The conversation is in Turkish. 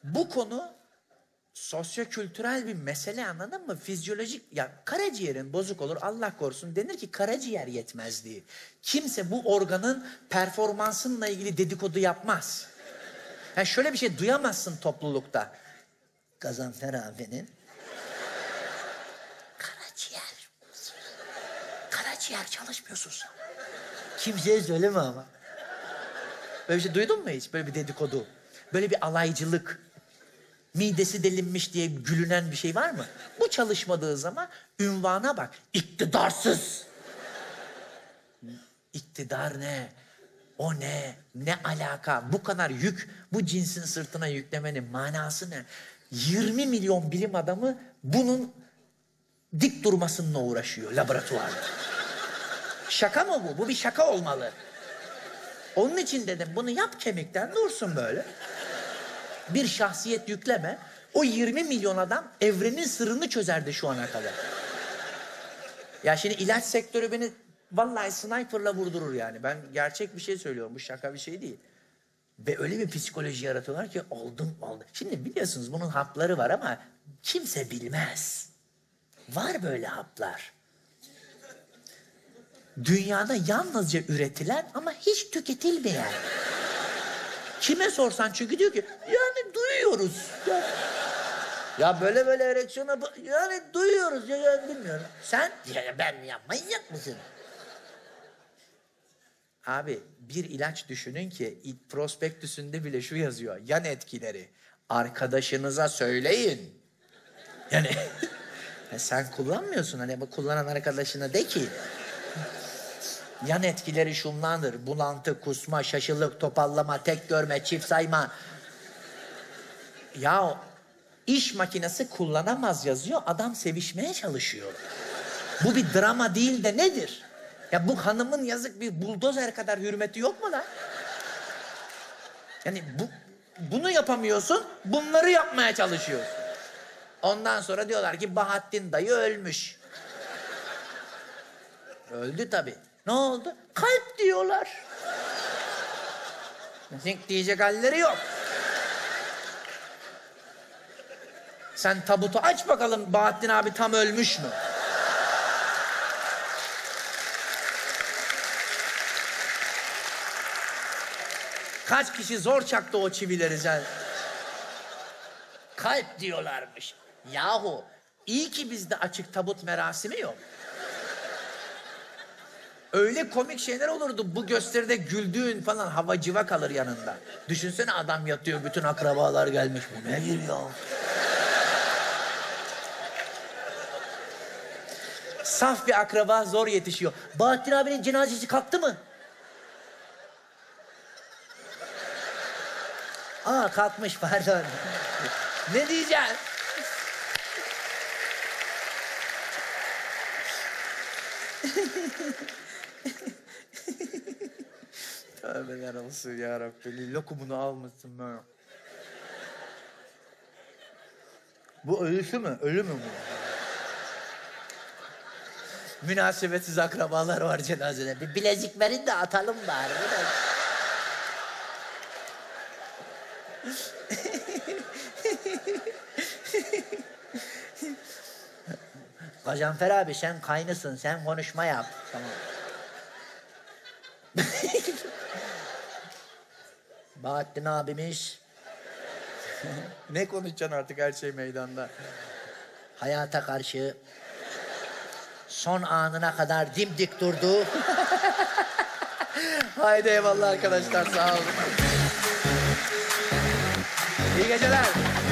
Bu konu sosyokültürel bir mesele, anladın mı? Fizyolojik, ya karaciğerin bozuk olur Allah korusun, denir ki karaciğer yetmezliği. Kimse bu organın performansınla ilgili dedikodu yapmaz. Yani şöyle bir şey duyamazsın toplulukta. Gazanfer abinin karaciğer çalışmıyorsun. Kimseye söyleme ama. Böyle bir şey duydun mu hiç? Böyle bir dedikodu. Böyle bir alaycılık. Midesi delinmiş diye gülünen bir şey var mı? Bu çalışmadığı zaman ünvana bak. İktidarsız. İktidar ne? O ne? Ne alaka? Bu kadar yük, bu cinsin sırtına yüklemenin manası ne? 20 milyon bilim adamı bunun dik durmasınla uğraşıyor laboratuvarda. Şaka mı bu? Bu bir şaka olmalı. Onun için dedim bunu yap, kemikten dursun böyle. Bir şahsiyet yükleme. O 20 milyon adam evrenin sırrını çözerdi şu ana kadar. Ya şimdi ilaç sektörü beni vallahi sniper'la vurdurur yani. Ben gerçek bir şey söylüyorum. Bu şaka bir şey değil. Ve öyle bir psikoloji yaratıyorlar ki oldum. Şimdi biliyorsunuz bunun hapları var ama kimse bilmez. Var böyle haplar. Dünyada yalnızca üretilen ama hiç tüketilmeyen. Kime sorsan çünkü diyor ki yani duyuyoruz. Ya böyle ereksiyona yani duyuyoruz ya bilmiyorum. Sen ya ben ya manyak mısın? Abi bir ilaç düşünün ki prospektüsünde bile şu yazıyor. Yan etkileri. Arkadaşınıza söyleyin. Yani sen kullanmıyorsun, hani bu kullanan arkadaşına de ki. Yan etkileri şunlardır. Bulantı, kusma, şaşılık, topallama, tek görme, çift sayma. Ya iş makinesi kullanamaz yazıyor. Adam sevişmeye çalışıyor. Bu bir drama değil de nedir? Ya bu hanımın yazık bir buldozer kadar hürmeti yok mu lan? Yani bunu yapamıyorsun, bunları yapmaya çalışıyorsun. Ondan sonra diyorlar ki Bahattin dayı ölmüş. Öldü tabii. Ne oldu? Kalp diyorlar. Zink diyecek halleri yok. Sen tabutu aç bakalım, Bahattin abi tam ölmüş mü? Kaç kişi zor çaktı o çivileri sen? Kalp diyorlarmış. Yahu iyi ki bizde açık tabut merasimi yok. Öyle komik şeyler olurdu. Bu gösteride güldüğün falan havacıva kalır yanında. Düşünsene adam yatıyor, bütün akrabalar gelmiş. Bu nedir ya? Saf bir akraba zor yetişiyor. Bahattin abinin cenazesi kalktı mı? Aa kalkmış, pardon. Ne diyeceksin? Tövbeler olsun ya Rabbi. Lokumunu almışsın böyle. Bu ölüsü mü? Ölü mü bu? Münasebetsiz akrabalar var cenazede. Bir bilezik verin de atalım bari. Gazanfer abi sen kaynısın, sen konuşma yap. Tamam. Bahattin abimiz. Ne konuşacaksın artık, her şey meydanda. Hayata karşı son anına kadar dimdik durdu. Haydi eyvallah arkadaşlar, sağ olun. İyi geceler.